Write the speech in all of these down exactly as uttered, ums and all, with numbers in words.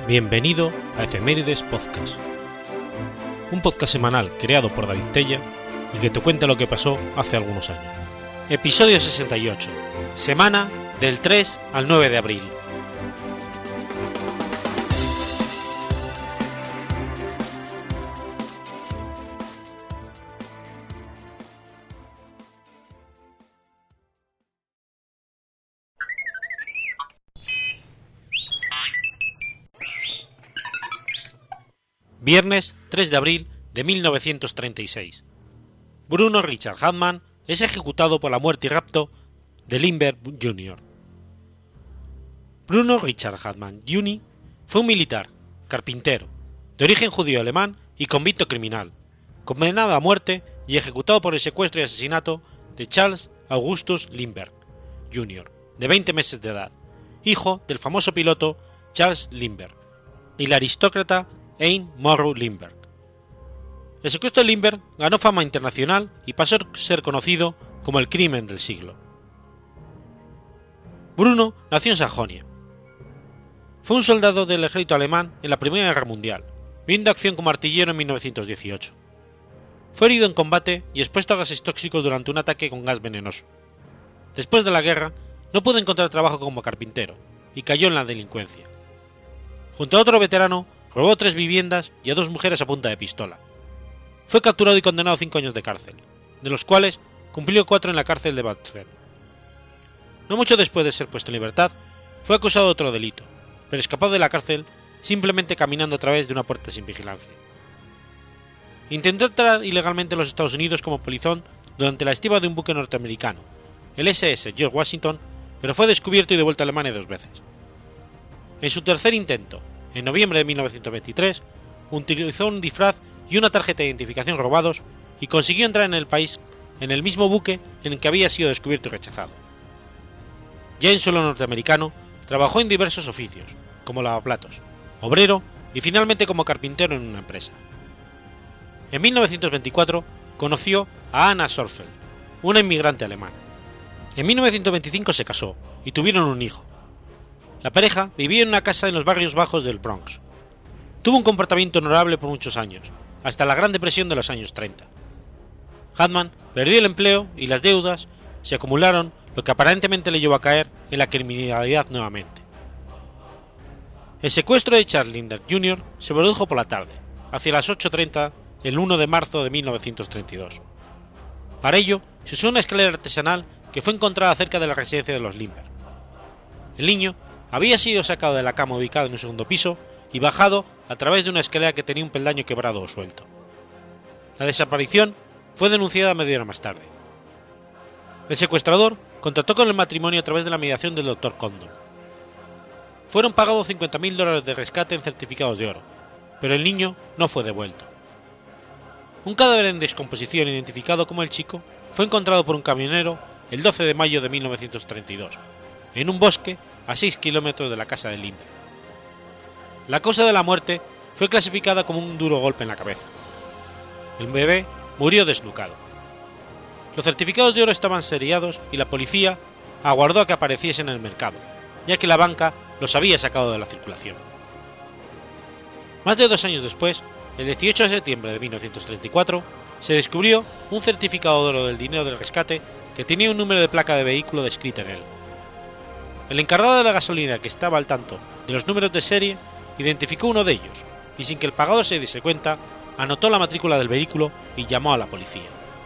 Bienvenido a Efemérides Podcast, un podcast semanal creado por David Tella y que te cuenta lo que pasó hace algunos años. Episodio sesenta y ocho, semana del tres al nueve de abril. Viernes tres de abril de mil novecientos treinta y seis. Bruno Richard Hauptmann es ejecutado por la muerte y rapto de Lindbergh junior Bruno Richard Hauptmann junior fue un militar, carpintero, de origen judío alemán y convicto criminal, condenado a muerte y ejecutado por el secuestro y asesinato de Charles Augustus Lindbergh junior, de veinte meses de edad, hijo del famoso piloto Charles Lindbergh y la aristócrata Anne Morrow Lindbergh. El secuestro de Lindbergh ganó fama internacional y pasó a ser conocido como el crimen del siglo. Bruno nació en Sajonia. Fue un soldado del ejército alemán en la Primera Guerra Mundial, viendo acción como artillero en mil novecientos dieciocho. Fue herido en combate y expuesto a gases tóxicos durante un ataque con gas venenoso. Después de la guerra, no pudo encontrar trabajo como carpintero y cayó en la delincuencia. Junto a otro veterano, robó tres viviendas y a dos mujeres a punta de pistola. Fue capturado y condenado a cinco años de cárcel, de los cuales cumplió cuatro en la cárcel de Bautzen. No mucho después de ser puesto en libertad, fue acusado de otro delito, pero escapó de la cárcel simplemente caminando a través de una puerta sin vigilancia. Intentó entrar ilegalmente en los Estados Unidos como polizón durante la estiba de un buque norteamericano, el ese ese George Washington, pero fue descubierto y devuelto a Alemania dos veces. En su tercer intento, en noviembre de mil novecientos veintitrés, utilizó un disfraz y una tarjeta de identificación robados y consiguió entrar en el país en el mismo buque en el que había sido descubierto y rechazado. Ya en suelo norteamericano, trabajó en diversos oficios, como lavaplatos, obrero y finalmente como carpintero en una empresa. En mil novecientos veinticuatro conoció a Anna Sorfeld, una inmigrante alemana. En mil novecientos veinticinco se casó y tuvieron un hijo. La pareja vivía en una casa en los barrios bajos del Bronx. Tuvo un comportamiento honorable por muchos años, hasta la Gran Depresión de los años treinta. Hauptmann perdió el empleo y las deudas se acumularon, lo que aparentemente le llevó a caer en la criminalidad nuevamente. El secuestro de Charles Lindbergh junior se produjo por la tarde, hacia las ocho treinta, el primero de marzo de mil novecientos treinta y dos. Para ello, se usó una escalera artesanal que fue encontrada cerca de la residencia de los Lindbergh. El niño había sido sacado de la cama ubicada en un segundo piso y bajado a través de una escalera que tenía un peldaño quebrado o suelto. La desaparición fue denunciada media hora más tarde. El secuestrador contactó con el matrimonio a través de la mediación del doctor Condon. Fueron pagados cincuenta mil dólares de rescate en certificados de oro, pero el niño no fue devuelto. Un cadáver en descomposición identificado como el chico fue encontrado por un camionero el doce de mayo de mil novecientos treinta y dos, en un bosque a seis kilómetros de la casa de Lindbergh. La causa de la muerte fue clasificada como un duro golpe en la cabeza. El bebé murió desnucado. Los certificados de oro estaban seriados y la policía aguardó a que apareciesen en el mercado, ya que la banca los había sacado de la circulación. Más de dos años después, el dieciocho de septiembre de mil novecientos treinta y cuatro, se descubrió un certificado de oro del dinero del rescate que tenía un número de placa de vehículo descrito en él. El encargado de la gasolina, que estaba al tanto de los números de serie, identificó uno de ellos y, sin que el pagador se diese cuenta, anotó la matrícula del vehículo y llamó a la policía.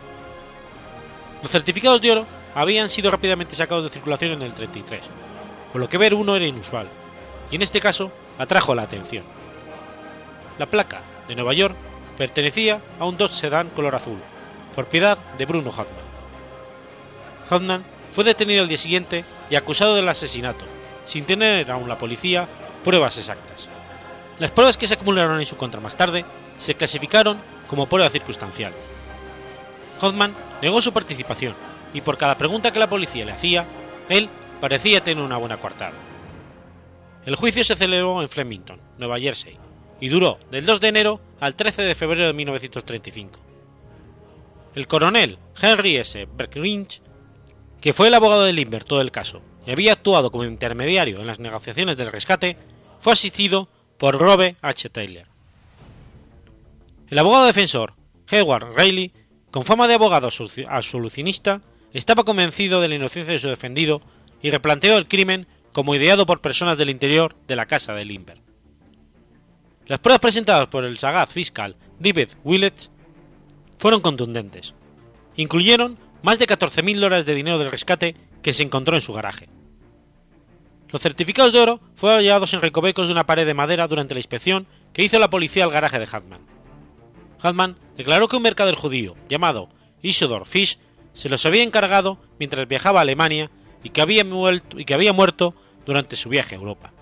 Los certificados de oro habían sido rápidamente sacados de circulación en el treinta y tres, por lo que ver uno era inusual, y en este caso atrajo la atención. La placa, de Nueva York, pertenecía a un Dodge Sedan color azul, propiedad de Bruno Hauptmann. Hauptmann fue detenido al día siguiente y acusado del asesinato, sin tener aún la policía pruebas exactas. Las pruebas que se acumularon en su contra más tarde se clasificaron como prueba circunstancial. Hauptmann negó su participación y por cada pregunta que la policía le hacía, él parecía tener una buena coartada. El juicio se celebró en Flemington, Nueva Jersey, y duró del dos de enero al trece de febrero de mil novecientos treinta y cinco. El coronel Henry S. Breckinridge, que fue el abogado de Lindbergh todo el caso y había actuado como intermediario en las negociaciones del rescate, fue asistido por Robe H. Taylor. El abogado defensor, Edward Reilly, con fama de abogado absolucionista, estaba convencido de la inocencia de su defendido y replanteó el crimen como ideado por personas del interior de la casa de Lindbergh. Las pruebas presentadas por el sagaz fiscal David Willets fueron contundentes. Incluyeron más de catorce mil dólares de dinero del rescate que se encontró en su garaje. Los certificados de oro fueron hallados en recovecos de una pared de madera durante la inspección que hizo la policía al garaje de Hartman. Hartman declaró que un mercader judío llamado Isidor Fish se los había encargado mientras viajaba a Alemania y que había muerto, y que había muerto durante su viaje a Europa.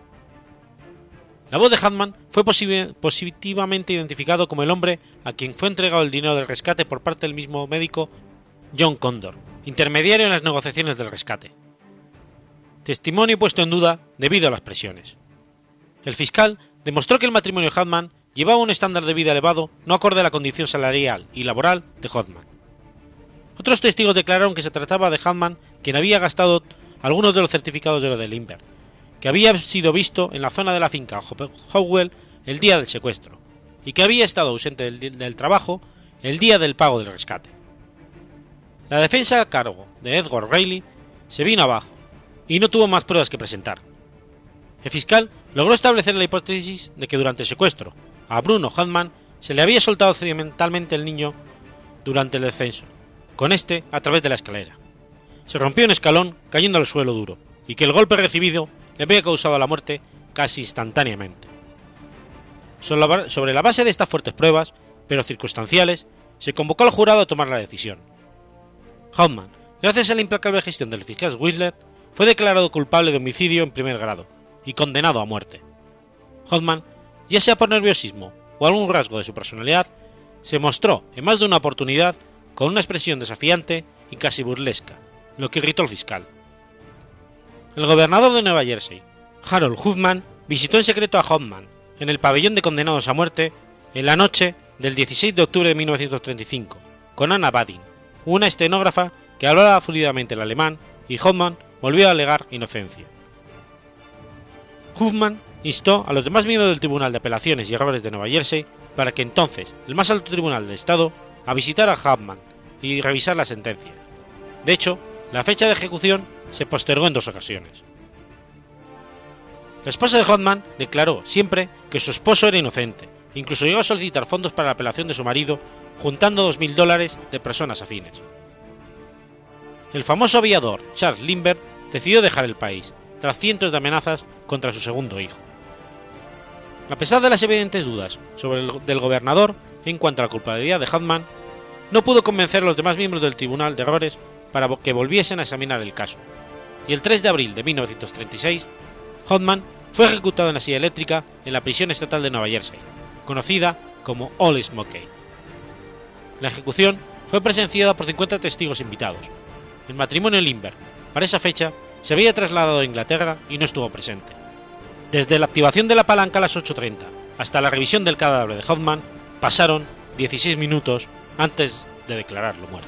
La voz de Hartman fue positivamente identificado como el hombre a quien fue entregado el dinero del rescate por parte del mismo médico John Condor, intermediario en las negociaciones del rescate. Testimonio puesto en duda debido a las presiones. El fiscal demostró que el matrimonio Hartman llevaba un estándar de vida elevado no acorde a la condición salarial y laboral de Hartman. Otros testigos declararon que se trataba de Hartman quien había gastado algunos de los certificados de oro de Lindbergh, que había sido visto en la zona de la finca Howell el día del secuestro, y que había estado ausente del, del trabajo el día del pago del rescate. La defensa a cargo de Edward Reilly se vino abajo, y no tuvo más pruebas que presentar. El fiscal logró establecer la hipótesis de que durante el secuestro a Bruno Hartman se le había soltado accidentalmente el niño durante el descenso, con este a través de la escalera. Se rompió un escalón cayendo al suelo duro, y que el golpe recibido le había causado la muerte casi instantáneamente. Sobre la base de estas fuertes pruebas, pero circunstanciales, se convocó al jurado a tomar la decisión. Hartman, gracias a la implacable gestión del fiscal Whistler, fue declarado culpable de homicidio en primer grado y condenado a muerte. Hartman, ya sea por nerviosismo o algún rasgo de su personalidad, se mostró en más de una oportunidad con una expresión desafiante y casi burlesca, lo que irritó al fiscal. El gobernador de Nueva Jersey, Harold Huffman, visitó en secreto a Hartman en el pabellón de condenados a muerte en la noche del dieciséis de octubre de mil novecientos treinta y cinco, con Anna Badin, una estenógrafa que hablaba fluidamente el alemán, y Hartman volvió a alegar inocencia. Huffman instó a los demás miembros del Tribunal de Apelaciones y Errores de Nueva Jersey para que entonces el más alto tribunal del estado a visitar a Hartman y revisar la sentencia. De hecho, la fecha de ejecución se postergó en dos ocasiones. La esposa de Hartman declaró siempre que su esposo era inocente, incluso llegó a solicitar fondos para la apelación de su marido, juntando dos mil dólares de personas afines. El famoso aviador Charles Lindbergh decidió dejar el país, tras cientos de amenazas contra su segundo hijo. A pesar de las evidentes dudas sobre el del gobernador en cuanto a la culpabilidad de Hartman, no pudo convencer a los demás miembros del Tribunal de Errores para que volviesen a examinar el caso, y el tres de abril de mil novecientos treinta y seis, Hartman fue ejecutado en la silla eléctrica en la prisión estatal de Nueva Jersey, conocida como Old Smokey. La ejecución fue presenciada por cincuenta testigos invitados. El matrimonio Lindbergh, para esa fecha, se había trasladado a Inglaterra y no estuvo presente. Desde la activación de la palanca a las ocho treinta hasta la revisión del cadáver de Hartman pasaron dieciséis minutos antes de declararlo muerto.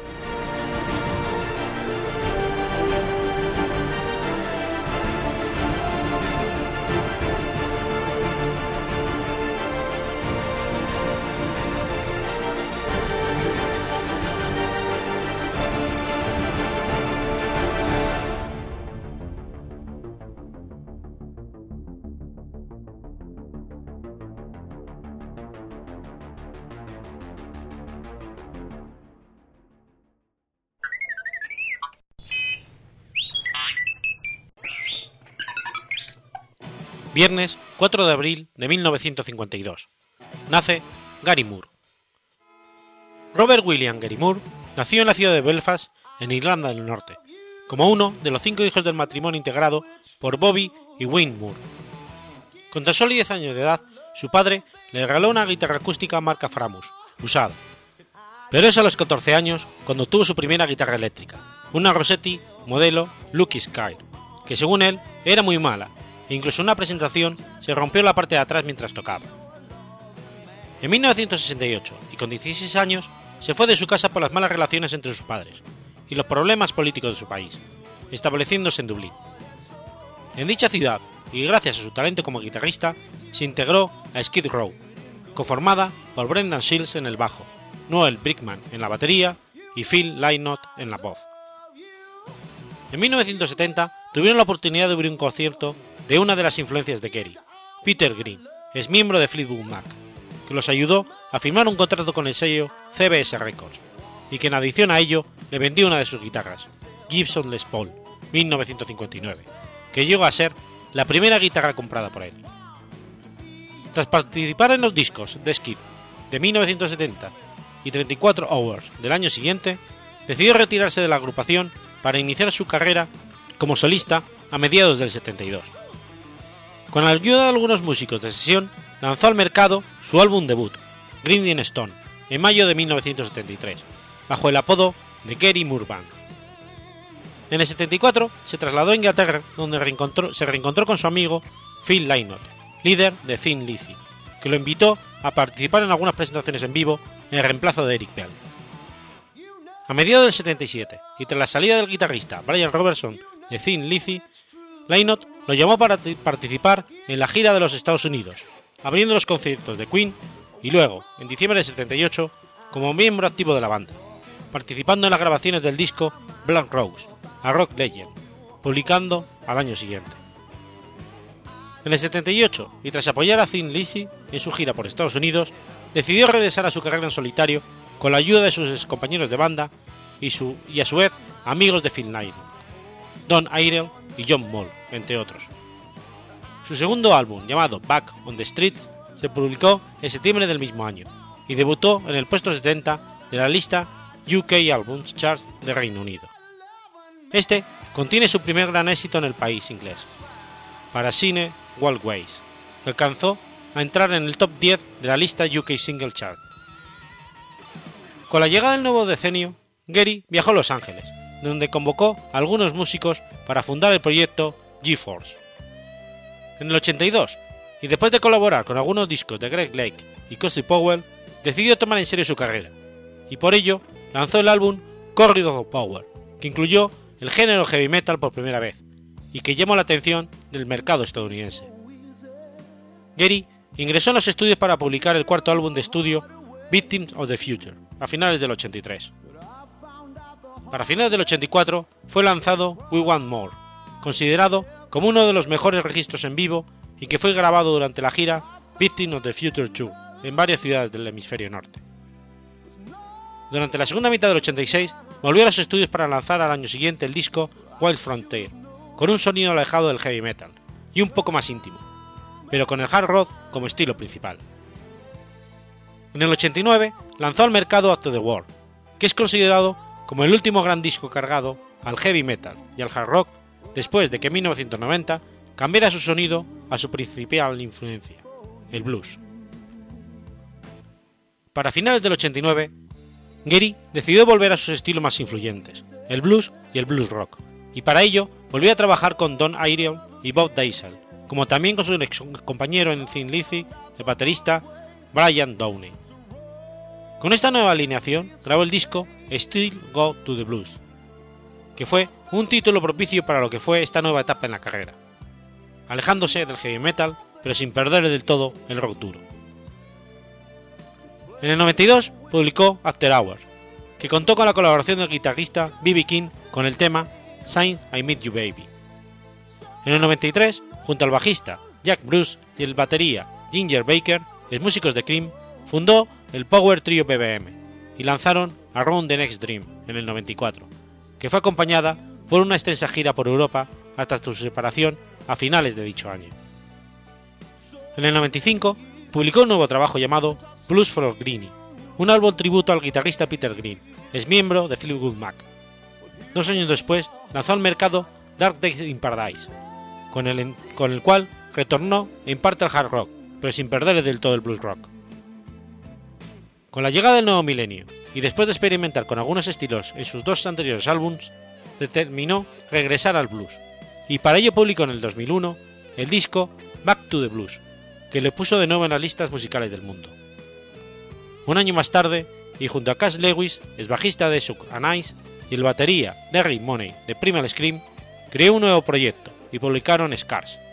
Viernes cuatro de abril de mil novecientos cincuenta y dos. Nace Gary Moore. Robert William Gary Moore nació en la ciudad de Belfast, en Irlanda del Norte, como uno de los cinco hijos del matrimonio integrado por Bobby y Wayne Moore. Con tan solo diez años de edad, su padre le regaló una guitarra acústica marca Framus, usada. Pero es a los catorce años cuando obtuvo su primera guitarra eléctrica, una Rossetti modelo Lucky Sky, que según él era muy mala, e incluso en una presentación se rompió la parte de atrás mientras tocaba. En mil novecientos sesenta y ocho, y con dieciséis años, se fue de su casa por las malas relaciones entre sus padres y los problemas políticos de su país, estableciéndose en Dublín. En dicha ciudad, y gracias a su talento como guitarrista, se integró a Skid Row, conformada por Brendan Shields en el bajo, Noel Brickman en la batería y Phil Lynott en la voz. En mil novecientos setenta tuvieron la oportunidad de abrir un concierto de una de las influencias de Gary, Peter Green, ex miembro de Fleetwood Mac, que los ayudó a firmar un contrato con el sello C B S Records, y que en adición a ello le vendió una de sus guitarras, Gibson Les Paul, mil novecientos cincuenta y nueve, que llegó a ser la primera guitarra comprada por él. Tras participar en los discos de Skid de mil novecientos setenta y treinta y cuatro Hours del año siguiente, decidió retirarse de la agrupación para iniciar su carrera como solista a mediados del setenta y dos. Con la ayuda de algunos músicos de sesión, lanzó al mercado su álbum debut, Grinding Stone, en mayo de mil novecientos setenta y tres, bajo el apodo de Gary Moore Band. En el setenta y cuatro se trasladó a Inglaterra, donde reencontró, se reencontró con su amigo Phil Lynott, líder de Thin Lizzy, que lo invitó a participar en algunas presentaciones en vivo en reemplazo de Eric Bell. A mediados del setenta y siete, y tras la salida del guitarrista Brian Robertson de Thin Lizzy, Lynott lo llamó para participar en la gira de los Estados Unidos, abriendo los conciertos de Queen, y luego, en diciembre del setenta y ocho, como miembro activo de la banda, participando en las grabaciones del disco Black Rose, a Rock Legend, publicando al año siguiente. En el setenta y ocho, y tras apoyar a Thin Lizzy en su gira por Estados Unidos, decidió regresar a su carrera en solitario con la ayuda de sus ex compañeros de banda y, su, y a su vez amigos de Phil Lynott, Don Irell y John Moll, entre otros. Su segundo álbum, llamado Back on the Streets, se publicó en septiembre del mismo año y debutó en el puesto setenta de la lista U K Albums Chart de Reino Unido. Este contiene su primer gran éxito en el país inglés, Parasine Walkways, que alcanzó a entrar en el top diez de la lista U K Single Chart. Con la llegada del nuevo decenio, Gary viajó a Los Ángeles, donde convocó a algunos músicos para fundar el proyecto G-Force. En el ochenta y dos, y después de colaborar con algunos discos de Greg Lake y Cozy Powell, decidió tomar en serio su carrera, y por ello lanzó el álbum Corridor of Power, que incluyó el género heavy metal por primera vez, y que llamó la atención del mercado estadounidense. Gary ingresó en los estudios para publicar el cuarto álbum de estudio Victims of the Future, a finales del ochenta y tres. Para finales del ochenta y cuatro fue lanzado We Want More, considerado como uno de los mejores registros en vivo y que fue grabado durante la gira Victims of the Future dos en varias ciudades del hemisferio norte. Durante la segunda mitad del ochenta y seis volvió a los estudios para lanzar al año siguiente el disco Wild Frontier, con un sonido alejado del heavy metal y un poco más íntimo, pero con el hard rock como estilo principal. En el ochenta y nueve lanzó al mercado After the War, que es considerado como el último gran disco cargado al heavy metal y al hard rock después de que en mil novecientos noventa cambiara su sonido a su principal influencia, el blues. Para finales del ochenta y nueve, Gary decidió volver a sus estilos más influyentes, el blues y el blues rock, y para ello volvió a trabajar con Don Irell y Bob Daisley, como también con su ex compañero en Thin Lizzy, el baterista Brian Downey. Con esta nueva alineación grabó el disco Still Go to the Blues, que fue un título propicio para lo que fue esta nueva etapa en la carrera, alejándose del heavy metal pero sin perder del todo el rock duro. En el noventa y dos publicó After Hours, que contó con la colaboración del guitarrista B B King con el tema Sign I Met You Baby. En el noventa y tres, junto al bajista Jack Bruce y el batería Ginger Baker, los músicos de Cream, fundó el Power Trio B B M y lanzaron Around the Next Dream en el noventa y cuatro, que fue acompañada por una extensa gira por Europa hasta su separación a finales de dicho año. En el noventa y cinco publicó un nuevo trabajo llamado Blues for Greenie, un álbum tributo al guitarrista Peter Green, ex miembro de Fleetwood Mac. Dos años después lanzó al mercado Dark Days in Paradise, con el, con el cual retornó en parte al hard rock, pero sin perder del todo el blues rock. Con la llegada del nuevo milenio, y después de experimentar con algunos estilos en sus dos anteriores álbumes, determinó regresar al blues, y para ello publicó en el dos mil uno el disco Back to the Blues, que le puso de nuevo en las listas musicales del mundo. Un año más tarde, y junto a Cass Lewis, ex bajista de Suck and Ice, y el batería Derrick Money de Primal Scream, creó un nuevo proyecto y publicaron Scars,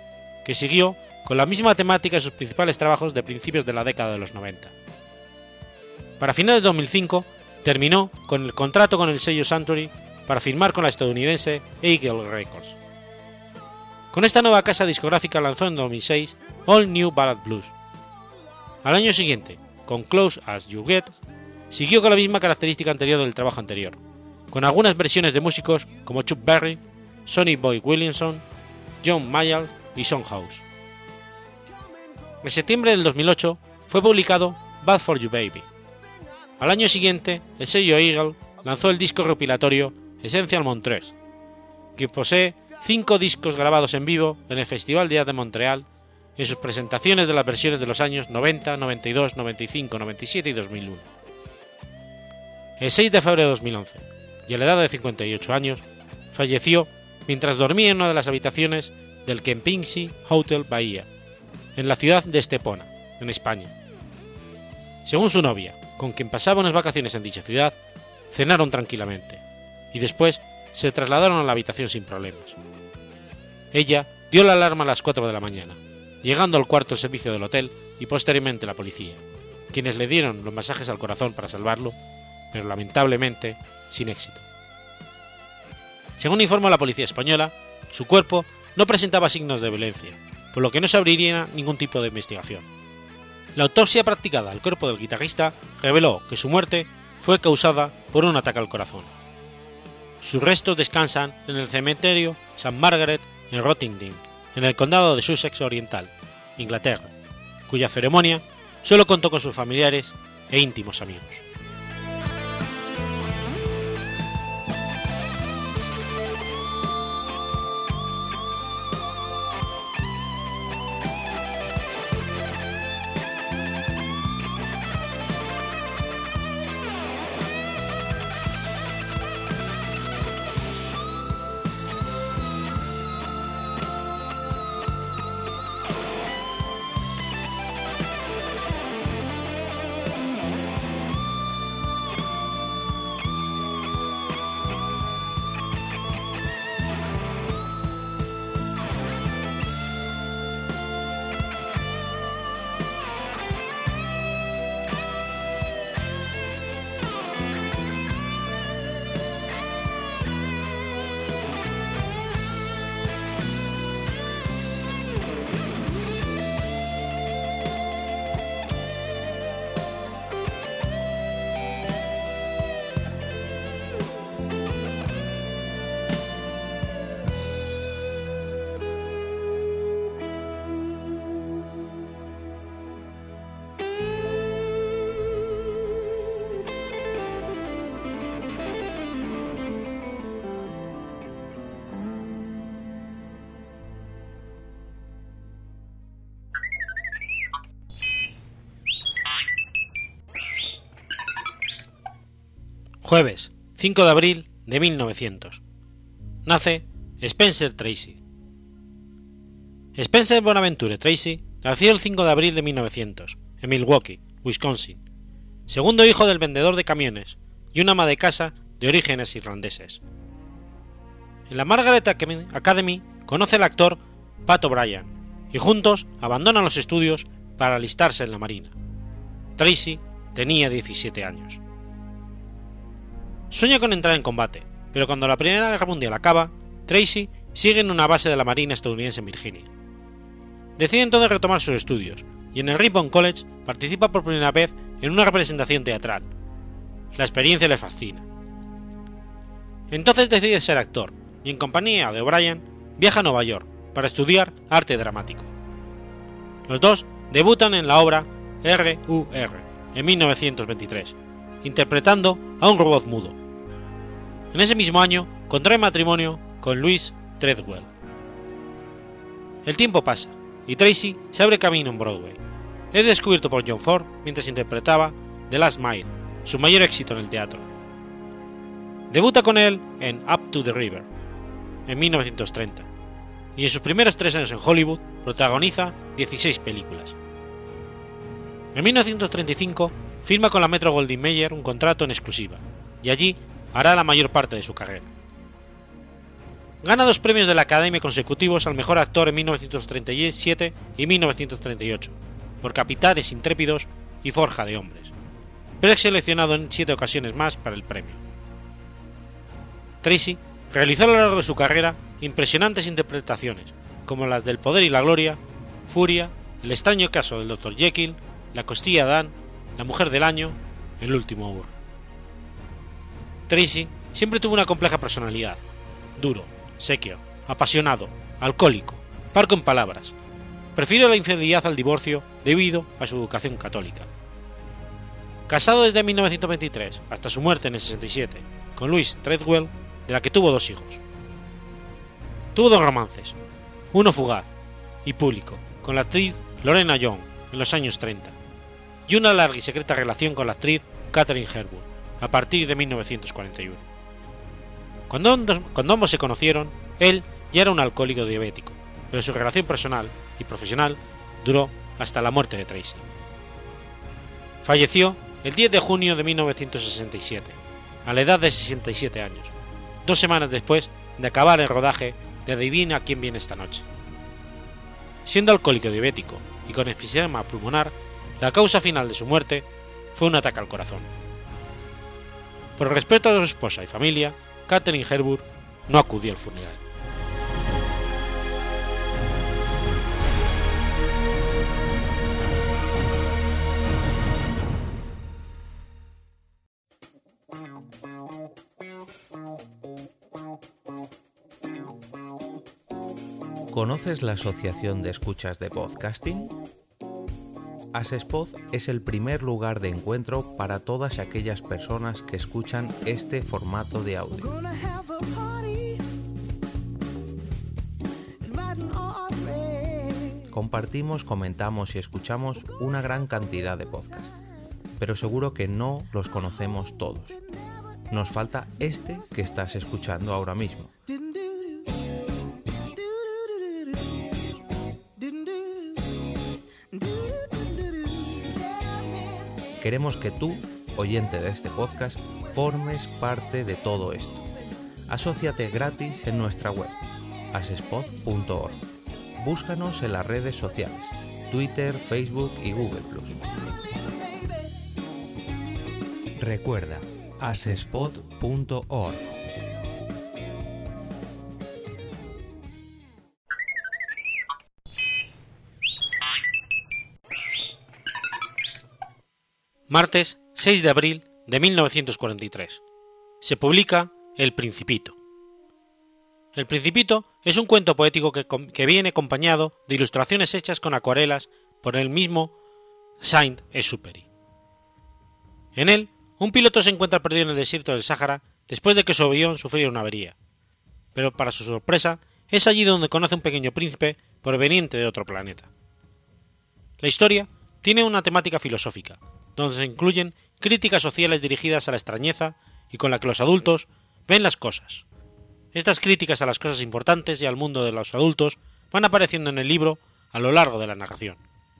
que siguió con la misma temática en sus principales trabajos de principios de la década de los noventa. Para finales de dos mil cinco terminó con el contrato con el sello Sanctuary para firmar con la estadounidense Eagle Records. Con esta nueva casa discográfica lanzó en dos mil seis All New Ballad Blues. Al año siguiente, con Close As You Get, siguió con la misma característica anterior del trabajo anterior, con algunas versiones de músicos como Chuck Berry, Sonny Boy Williamson, John Mayall y Son House. En septiembre del dos mil ocho fue publicado Bad For You Baby. Al año siguiente, el sello Eagle lanzó el disco recopilatorio Essential Montreux, que posee cinco discos grabados en vivo en el Festival de Jazz de Montreal en sus presentaciones de las versiones de los años noventa, noventa y dos, noventa y cinco, noventa y siete y dos mil uno. El seis de febrero de dos mil once, y a la edad de cincuenta y ocho años, falleció mientras dormía en una de las habitaciones del Kempinski Hotel Bahía, en la ciudad de Estepona, en España. Según su novia, con quien pasaba unas vacaciones en dicha ciudad, cenaron tranquilamente, y después se trasladaron a la habitación sin problemas. Ella dio la alarma a las cuatro de la mañana, llegando al cuarto el servicio del hotel y posteriormente la policía, quienes le dieron los masajes al corazón para salvarlo, pero lamentablemente sin éxito. Según informó la policía española, su cuerpo no presentaba signos de violencia, por lo que no se abriría ningún tipo de investigación. La autopsia practicada al cuerpo del guitarrista reveló que su muerte fue causada por un ataque al corazón. Sus restos descansan en el cementerio Saint Margaret en Rottingdean, en el condado de Sussex Oriental, Inglaterra, cuya ceremonia solo contó con sus familiares e íntimos amigos. Jueves, cinco de abril de mil novecientos. Nace Spencer Tracy. Spencer Bonaventure Tracy nació el cinco de abril de mil novecientos, en Milwaukee, Wisconsin, segundo hijo del vendedor de camiones y una ama de casa de orígenes irlandeses. En la Margaret Academy conoce al actor Pat O'Brien y juntos abandonan los estudios para alistarse en la Marina. Tracy tenía diecisiete años. Sueña con entrar en combate, pero cuando la Primera Guerra Mundial acaba, Tracy sigue en una base de la Marina estadounidense en Virginia. Decide entonces retomar sus estudios, y en el Ripon College participa por primera vez en una representación teatral. La experiencia le fascina. Entonces decide ser actor, y en compañía de O'Brien viaja a Nueva York para estudiar arte dramático. Los dos debutan en la obra R U R en mil novecientos veintitrés, interpretando a un robot mudo. En ese mismo año contrae matrimonio con Louise Treadwell. El tiempo pasa y Tracy se abre camino en Broadway. Es descubierto por John Ford mientras interpretaba The Last Mile, su mayor éxito en el teatro. Debuta con él en Up to the River en mil novecientos treinta y en sus primeros tres años en Hollywood protagoniza dieciséis películas. En mil novecientos treinta y cinco firma con la Metro-Goldwyn-Mayer un contrato en exclusiva y allí hará la mayor parte de su carrera. gana dos premios de la Academia consecutivos al mejor actor en mil novecientos treinta y siete y mil novecientos treinta y ocho, por Capitanes Intrépidos y Forja de Hombres, pero es seleccionado en siete ocasiones más para el premio. Tracy realizó a lo largo de su carrera impresionantes interpretaciones, como las del Poder y la Gloria, Furia, El extraño caso del doctor Jekyll, La costilla de Adán, La mujer del año, El último Ur. Tracy siempre tuvo una compleja personalidad: duro, sequio, apasionado, alcohólico, parco en palabras. Prefirió la infidelidad al divorcio debido a su educación católica. Casado desde mil novecientos veintitrés hasta su muerte en el sesenta y siete con Louise Treadwell, de la que tuvo dos hijos. Tuvo dos romances, uno fugaz y público con la actriz Lorena Young en los años treinta, y una larga y secreta relación con la actriz Katharine Hepburn a partir de mil novecientos cuarenta y uno. Cuando, cuando ambos se conocieron, él ya era un alcohólico diabético, pero su relación personal y profesional duró hasta la muerte de Tracy. Falleció el diez de junio de mil novecientos sesenta y siete, a la edad de sesenta y siete años, dos semanas después de acabar el rodaje de Adivina quién viene esta noche. Siendo alcohólico diabético y con enfisema pulmonar, la causa final de su muerte fue un ataque al corazón. Por respeto a su esposa y familia, Katharine Hepburn no acudió al funeral. ¿Conoces la Asociación de Escuchas de Podcasting? Asespod es el primer lugar de encuentro para todas aquellas personas que escuchan este formato de audio. Compartimos, comentamos y escuchamos una gran cantidad de podcasts, pero seguro que no los conocemos todos. Nos falta este que estás escuchando ahora mismo. Queremos que tú, oyente de este podcast, formes parte de todo esto. Asóciate gratis en nuestra web, asespod punto org. Búscanos en las redes sociales, Twitter, Facebook y Google plus. Recuerda, asespod punto org. Martes seis de abril de mil novecientos cuarenta y tres. Se publica El Principito. El Principito es un cuento poético que, que viene acompañado de ilustraciones hechas con acuarelas por el mismo Saint-Exupéry. En él, un piloto se encuentra perdido en el desierto del Sáhara después de que su avión sufriera una avería, pero para su sorpresa es allí donde conoce a un pequeño príncipe proveniente de otro planeta. La historia tiene una temática filosófica, donde se incluyen críticas sociales dirigidas a la extrañeza y con la que los adultos ven las cosas. Estas críticas a las cosas importantes y al mundo de los adultos van apareciendo en el libro a lo largo de la narración.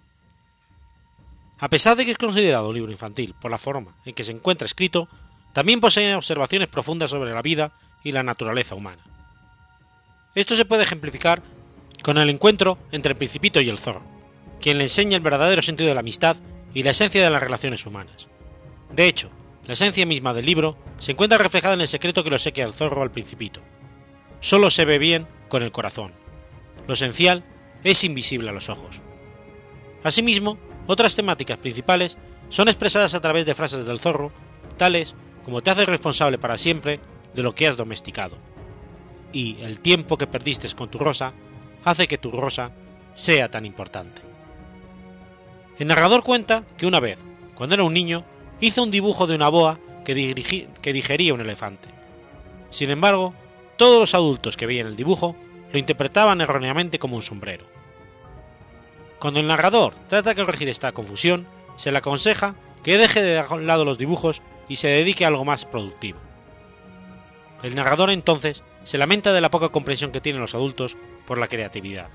A pesar de que es considerado un libro infantil por la forma en que se encuentra escrito, también posee observaciones profundas sobre la vida y la naturaleza humana. Esto se puede ejemplificar con el encuentro entre el Principito y el zorro, quien le enseña el verdadero sentido de la amistad y la esencia de las relaciones humanas. De hecho, la esencia misma del libro se encuentra reflejada en el secreto que lo seque al zorro al Principito. Solo se ve bien con el corazón. Lo esencial es invisible a los ojos. Asimismo, otras temáticas principales son expresadas a través de frases del zorro, tales como te haces responsable para siempre de lo que has domesticado, y el tiempo que perdiste con tu rosa hace que tu rosa sea tan importante. El narrador cuenta que una vez, cuando era un niño, hizo un dibujo de una boa que, dirigi, que digería un elefante. Sin embargo, todos los adultos que veían el dibujo lo interpretaban erróneamente como un sombrero. Cuando el narrador trata de corregir esta confusión, se le aconseja que deje de lado los dibujos y se dedique a algo más productivo. El narrador entonces se lamenta de la poca comprensión que tienen los adultos por la creatividad.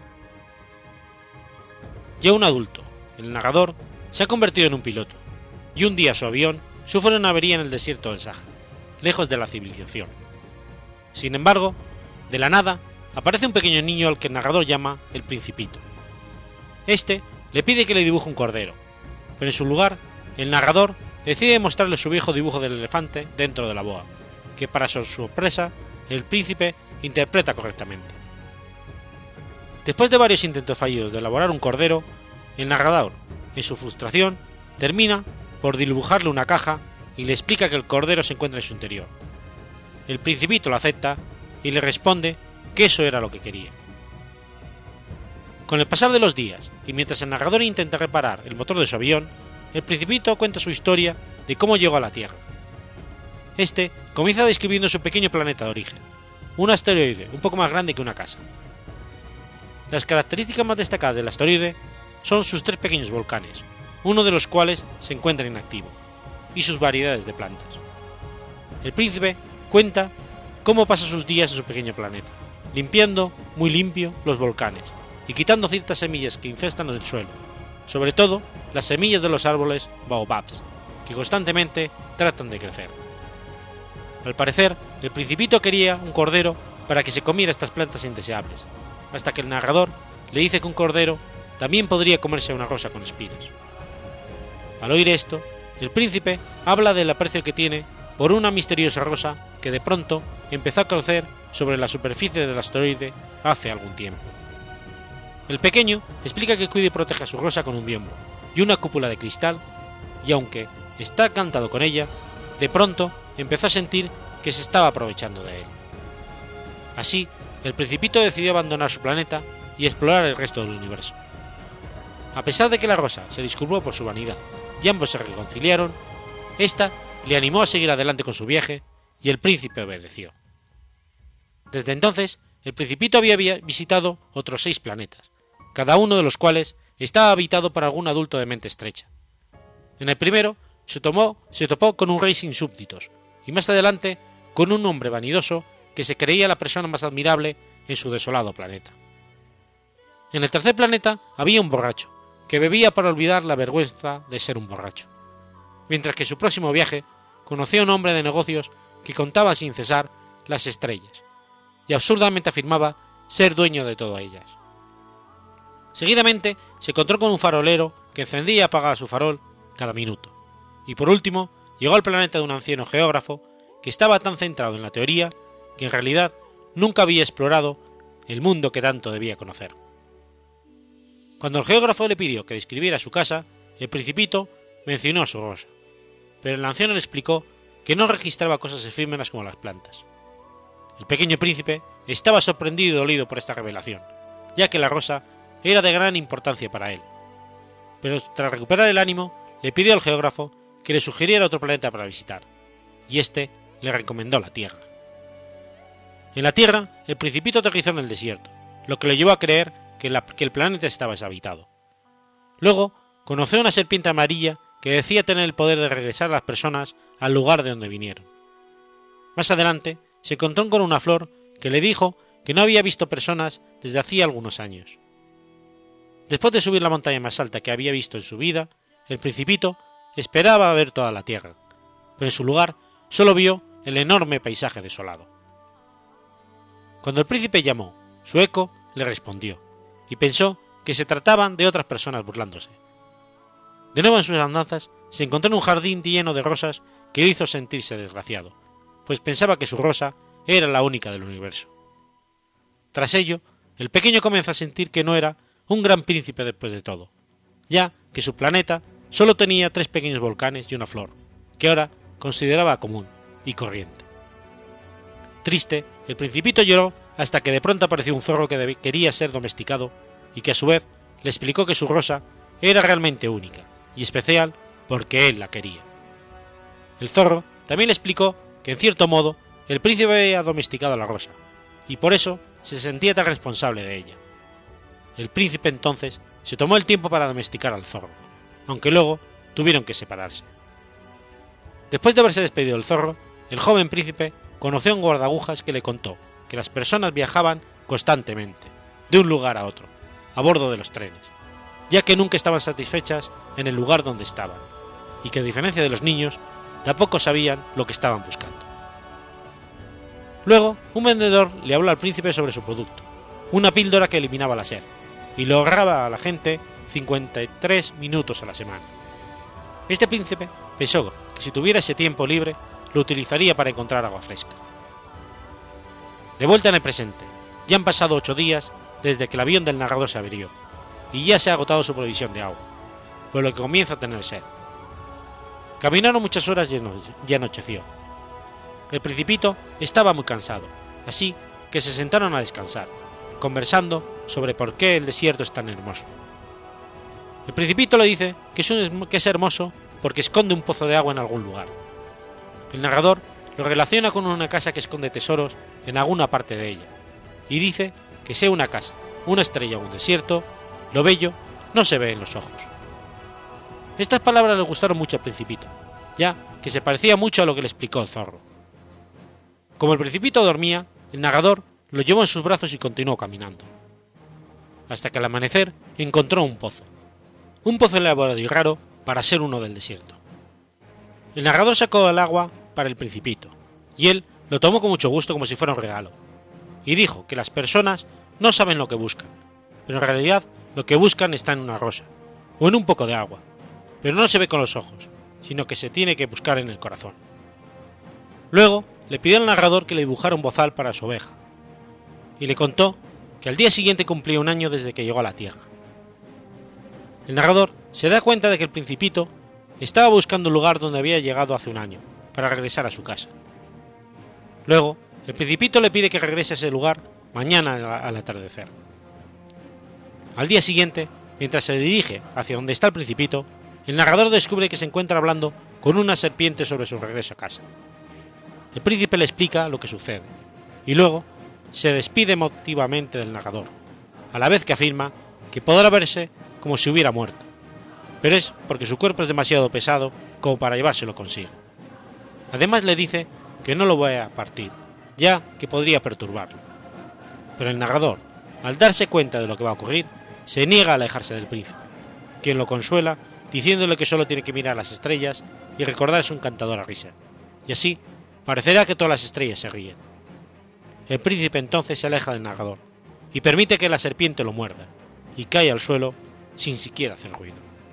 Ya un adulto, el narrador, se ha convertido en un piloto, y un día su avión sufre una avería en el desierto del Sáhara, lejos de la civilización. Sin embargo, de la nada, aparece un pequeño niño al que el narrador llama el Principito. Este le pide que le dibuje un cordero, pero en su lugar, el narrador decide mostrarle su viejo dibujo del elefante dentro de la boa, que para su sorpresa, el príncipe interpreta correctamente. Después de varios intentos fallidos de elaborar un cordero, el narrador, en su frustración, termina por dibujarle una caja y le explica que el cordero se encuentra en su interior. El Principito lo acepta y le responde que eso era lo que quería. Con el pasar de los días, y mientras el narrador intenta reparar el motor de su avión, el Principito cuenta su historia de cómo llegó a la Tierra. Este comienza describiendo su pequeño planeta de origen, un asteroide un poco más grande que una casa. Las características más destacadas del asteroide son sus tres pequeños volcanes, uno de los cuales se encuentra inactivo, y sus variedades de plantas. El príncipe cuenta cómo pasa sus días en su pequeño planeta, limpiando muy limpio los volcanes y quitando ciertas semillas que infestan el suelo, sobre todo las semillas de los árboles baobabs, que constantemente tratan de crecer. Al parecer, el Principito quería un cordero para que se comiera estas plantas indeseables, hasta que el narrador le dice que un cordero también podría comerse una rosa con espinas. Al oír esto, el príncipe habla del aprecio que tiene por una misteriosa rosa que de pronto empezó a crecer sobre la superficie del asteroide hace algún tiempo. El pequeño explica que cuida y proteja su rosa con un biombo y una cúpula de cristal, y aunque está encantado con ella, de pronto empezó a sentir que se estaba aprovechando de él. Así, el Principito decidió abandonar su planeta y explorar el resto del universo. A pesar de que la rosa se disculpó por su vanidad y ambos se reconciliaron, esta le animó a seguir adelante con su viaje y el príncipe obedeció. Desde entonces, el Principito había visitado otros seis planetas, cada uno de los cuales estaba habitado por algún adulto de mente estrecha. En el primero se, tomó, se topó con un rey sin súbditos y más adelante con un hombre vanidoso que se creía la persona más admirable en su desolado planeta. En el tercer planeta había un borracho, que bebía para olvidar la vergüenza de ser un borracho, mientras que en su próximo viaje conoció a un hombre de negocios que contaba sin cesar las estrellas, y absurdamente afirmaba ser dueño de todas ellas. Seguidamente se encontró con un farolero que encendía y apagaba su farol cada minuto, y por último llegó al planeta de un anciano geógrafo que estaba tan centrado en la teoría que en realidad nunca había explorado el mundo que tanto debía conocer. Cuando el geógrafo le pidió que describiera su casa, el Principito mencionó su rosa, pero el anciano le explicó que no registraba cosas efímeras como las plantas. El pequeño príncipe estaba sorprendido y dolido por esta revelación, ya que la rosa era de gran importancia para él. Pero tras recuperar el ánimo, le pidió al geógrafo que le sugiriera otro planeta para visitar, y este le recomendó la Tierra. En la Tierra, el Principito aterrizó en el desierto, lo que le llevó a creer que, la, que el planeta estaba deshabitado. Luego, conoció a una serpiente amarilla que decía tener el poder de regresar a las personas al lugar de donde vinieron. Más adelante, se encontró con una flor que le dijo que no había visto personas desde hacía algunos años. Después de subir la montaña más alta que había visto en su vida, el Principito esperaba ver toda la Tierra, pero en su lugar solo vio el enorme paisaje desolado. Cuando el príncipe llamó, su eco le respondió, y pensó que se trataban de otras personas burlándose. De nuevo en sus andanzas, se encontró en un jardín lleno de rosas que le hizo sentirse desgraciado, pues pensaba que su rosa era la única del universo. Tras ello, el pequeño comenzó a sentir que no era un gran príncipe después de todo, ya que su planeta solo tenía tres pequeños volcanes y una flor, que ahora consideraba común y corriente. Triste, el Principito lloró hasta que de pronto apareció un zorro que quería ser domesticado y que a su vez le explicó que su rosa era realmente única y especial porque él la quería. El zorro también le explicó que en cierto modo el príncipe había domesticado a la rosa y por eso se sentía tan responsable de ella. El príncipe entonces se tomó el tiempo para domesticar al zorro, aunque luego tuvieron que separarse. Después de haberse despedido del zorro, el joven príncipe conoció a un guardaagujas que le contó que las personas viajaban constantemente, de un lugar a otro, a bordo de los trenes, ya que nunca estaban satisfechas en el lugar donde estaban, y que a diferencia de los niños, tampoco sabían lo que estaban buscando. Luego, un vendedor le habló al príncipe sobre su producto, una píldora que eliminaba la sed, y lo ahorraba a la gente cincuenta y tres minutos a la semana. Este príncipe pensó que si tuviera ese tiempo libre, lo utilizaría para encontrar agua fresca. De vuelta en el presente, ya han pasado ocho días desde que el avión del narrador se averió, y ya se ha agotado su provisión de agua, por lo que comienza a tener sed. Caminaron muchas horas y ya anocheció. El principito estaba muy cansado, así que se sentaron a descansar, conversando sobre por qué el desierto es tan hermoso. El principito le dice que es, un, que es hermoso porque esconde un pozo de agua en algún lugar. El narrador lo relaciona con una casa que esconde tesoros en alguna parte de ella, y dice que sea una casa, una estrella o un desierto, lo bello no se ve en los ojos. Estas palabras le gustaron mucho al principito, ya que se parecía mucho a lo que le explicó el zorro. Como el principito dormía, el narrador lo llevó en sus brazos y continuó caminando, hasta que al amanecer encontró un pozo, un pozo elaborado y raro para ser uno del desierto. El narrador sacó el agua para el principito, y él lo tomó con mucho gusto como si fuera un regalo, y dijo que las personas no saben lo que buscan, pero en realidad lo que buscan está en una rosa, o en un poco de agua, pero no se ve con los ojos, sino que se tiene que buscar en el corazón. Luego le pidió al narrador que le dibujara un bozal para su oveja, y le contó que al día siguiente cumplía un año desde que llegó a la Tierra. El narrador se da cuenta de que el principito estaba buscando un lugar donde había llegado hace un año, para regresar a su casa. Luego, el principito le pide que regrese a ese lugar mañana al atardecer. Al día siguiente, mientras se dirige hacia donde está el principito, el narrador descubre que se encuentra hablando con una serpiente sobre su regreso a casa. El príncipe le explica lo que sucede, y luego se despide emotivamente del narrador, a la vez que afirma que podrá verse como si hubiera muerto, pero es porque su cuerpo es demasiado pesado como para llevárselo consigo. Además le dice que no lo vaya a partir, ya que podría perturbarlo. Pero el narrador, al darse cuenta de lo que va a ocurrir, se niega a alejarse del príncipe, quien lo consuela diciéndole que solo tiene que mirar las estrellas y recordar su encantadora risa, y así parecerá que todas las estrellas se ríen. El príncipe entonces se aleja del narrador y permite que la serpiente lo muerda, y cae al suelo sin siquiera hacer ruido.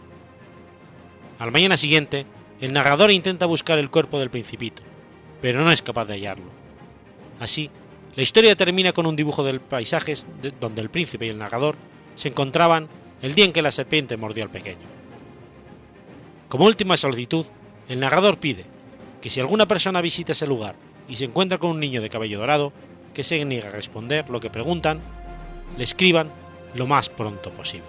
Al mañana siguiente, el narrador intenta buscar el cuerpo del principito, pero no es capaz de hallarlo. Así, la historia termina con un dibujo del paisaje donde el príncipe y el narrador se encontraban el día en que la serpiente mordió al pequeño. Como última solicitud, el narrador pide que si alguna persona visita ese lugar y se encuentra con un niño de cabello dorado que se niega a responder lo que preguntan, le escriban lo más pronto posible.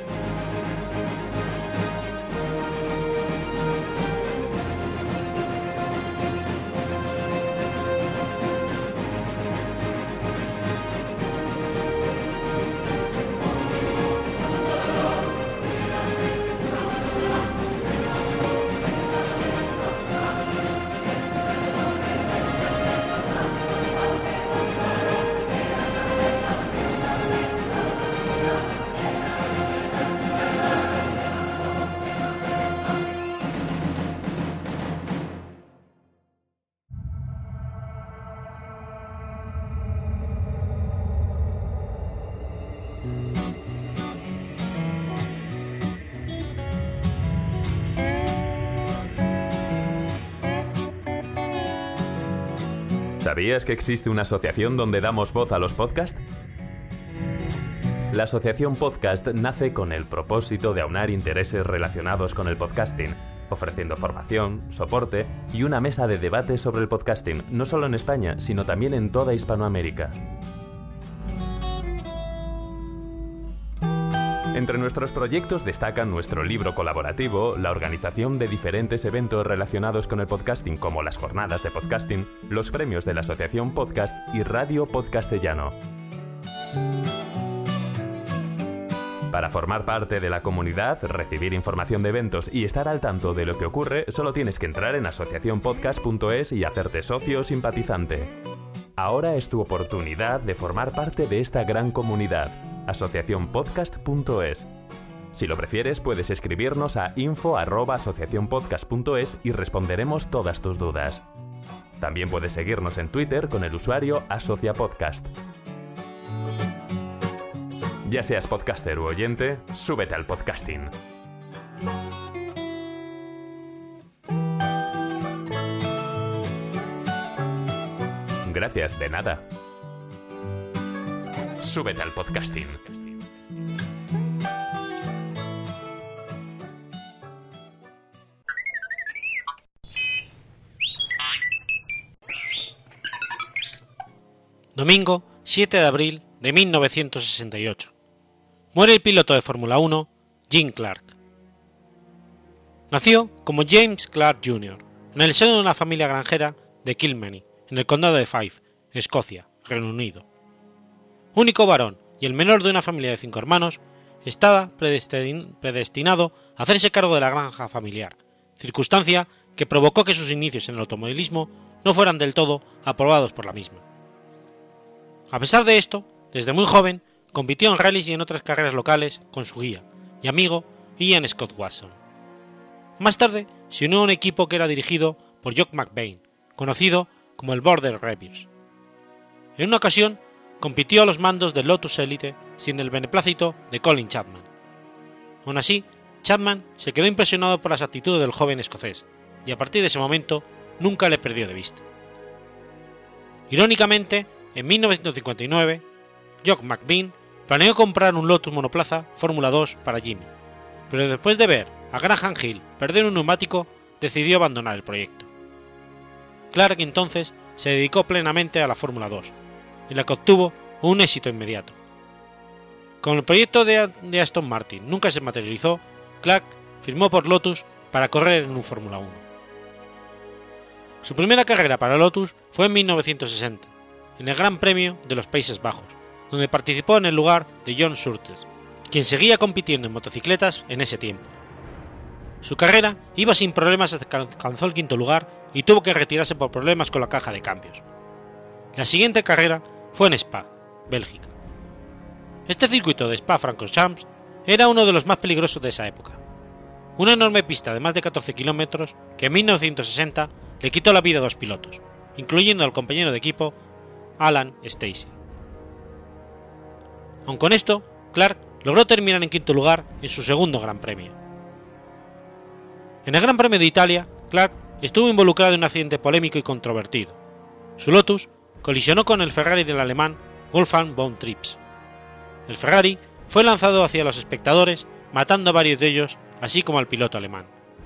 ¿Sabías que existe una asociación donde damos voz a los podcasts? La Asociación Podcast nace con el propósito de aunar intereses relacionados con el podcasting, ofreciendo formación, soporte y una mesa de debate sobre el podcasting, no solo en España, sino también en toda Hispanoamérica. Entre nuestros proyectos destacan nuestro libro colaborativo, la organización de diferentes eventos relacionados con el podcasting como las jornadas de podcasting, los premios de la Asociación Podcast y Radio Podcastellano. Para formar parte de la comunidad, recibir información de eventos y estar al tanto de lo que ocurre, solo tienes que entrar en asociación podcast punto es y hacerte socio o simpatizante. Ahora es tu oportunidad de formar parte de esta gran comunidad. asociación podcast punto es. Si lo prefieres, puedes escribirnos a info arroba asociación podcast punto es y responderemos todas tus dudas. También puedes seguirnos en Twitter con el usuario AsociaPodcast. Ya seas podcaster u oyente, súbete al podcasting. Gracias, de nada. Súbete al podcasting. Domingo siete de abril de mil novecientos sesenta y ocho. Muere el piloto de Fórmula uno, Jim Clark. Nació como James Clark junior en el seno de una familia granjera de Kilmeny, en el condado de Fife, Escocia, Reino Unido. Único varón y el menor de una familia de cinco hermanos, estaba predestin- predestinado a hacerse cargo de la granja familiar, circunstancia que provocó que sus inicios en el automovilismo no fueran del todo aprobados por la misma. A pesar de esto, desde muy joven, compitió en rallies y en otras carreras locales con su guía y amigo Ian Scott Watson. Más tarde, se unió a un equipo que era dirigido por Jock McBain, conocido como el Border Reviewers. En una ocasión, compitió a los mandos del Lotus Elite sin el beneplácito de Colin Chapman. Aún así, Chapman se quedó impresionado por las actitudes del joven escocés, y a partir de ese momento nunca le perdió de vista. Irónicamente, en mil novecientos cincuenta y nueve, Jock McBain planeó comprar un Lotus monoplaza Fórmula dos para Jimmy, pero después de ver a Graham Hill perder un neumático, decidió abandonar el proyecto. Clark entonces se dedicó plenamente a la Fórmula dos, en la que obtuvo un éxito inmediato. Como el proyecto de, de Aston Martin nunca se materializó, Clark firmó por Lotus para correr en un Fórmula uno. Su primera carrera para Lotus fue en mil novecientos sesenta, en el Gran Premio de los Países Bajos, donde participó en el lugar de John Surtees, quien seguía compitiendo en motocicletas en ese tiempo. Su carrera iba sin problemas hasta que alcanzó el quinto lugar y tuvo que retirarse por problemas con la caja de cambios. La siguiente carrera fue en Spa, Bélgica. Este circuito de Spa-Francorchamps era uno de los más peligrosos de esa época. Una enorme pista de más de catorce kilómetros que en mil novecientos sesenta le quitó la vida a dos pilotos, incluyendo al compañero de equipo Alan Stacey. Aun con esto, Clark logró terminar en quinto lugar en su segundo Gran Premio. En el Gran Premio de Italia, Clark estuvo involucrado en un accidente polémico y controvertido. Su Lotus colisionó con el Ferrari del alemán Wolfgang von Trips. El Ferrari fue lanzado hacia los espectadores, matando a varios de ellos, así como al piloto alemán.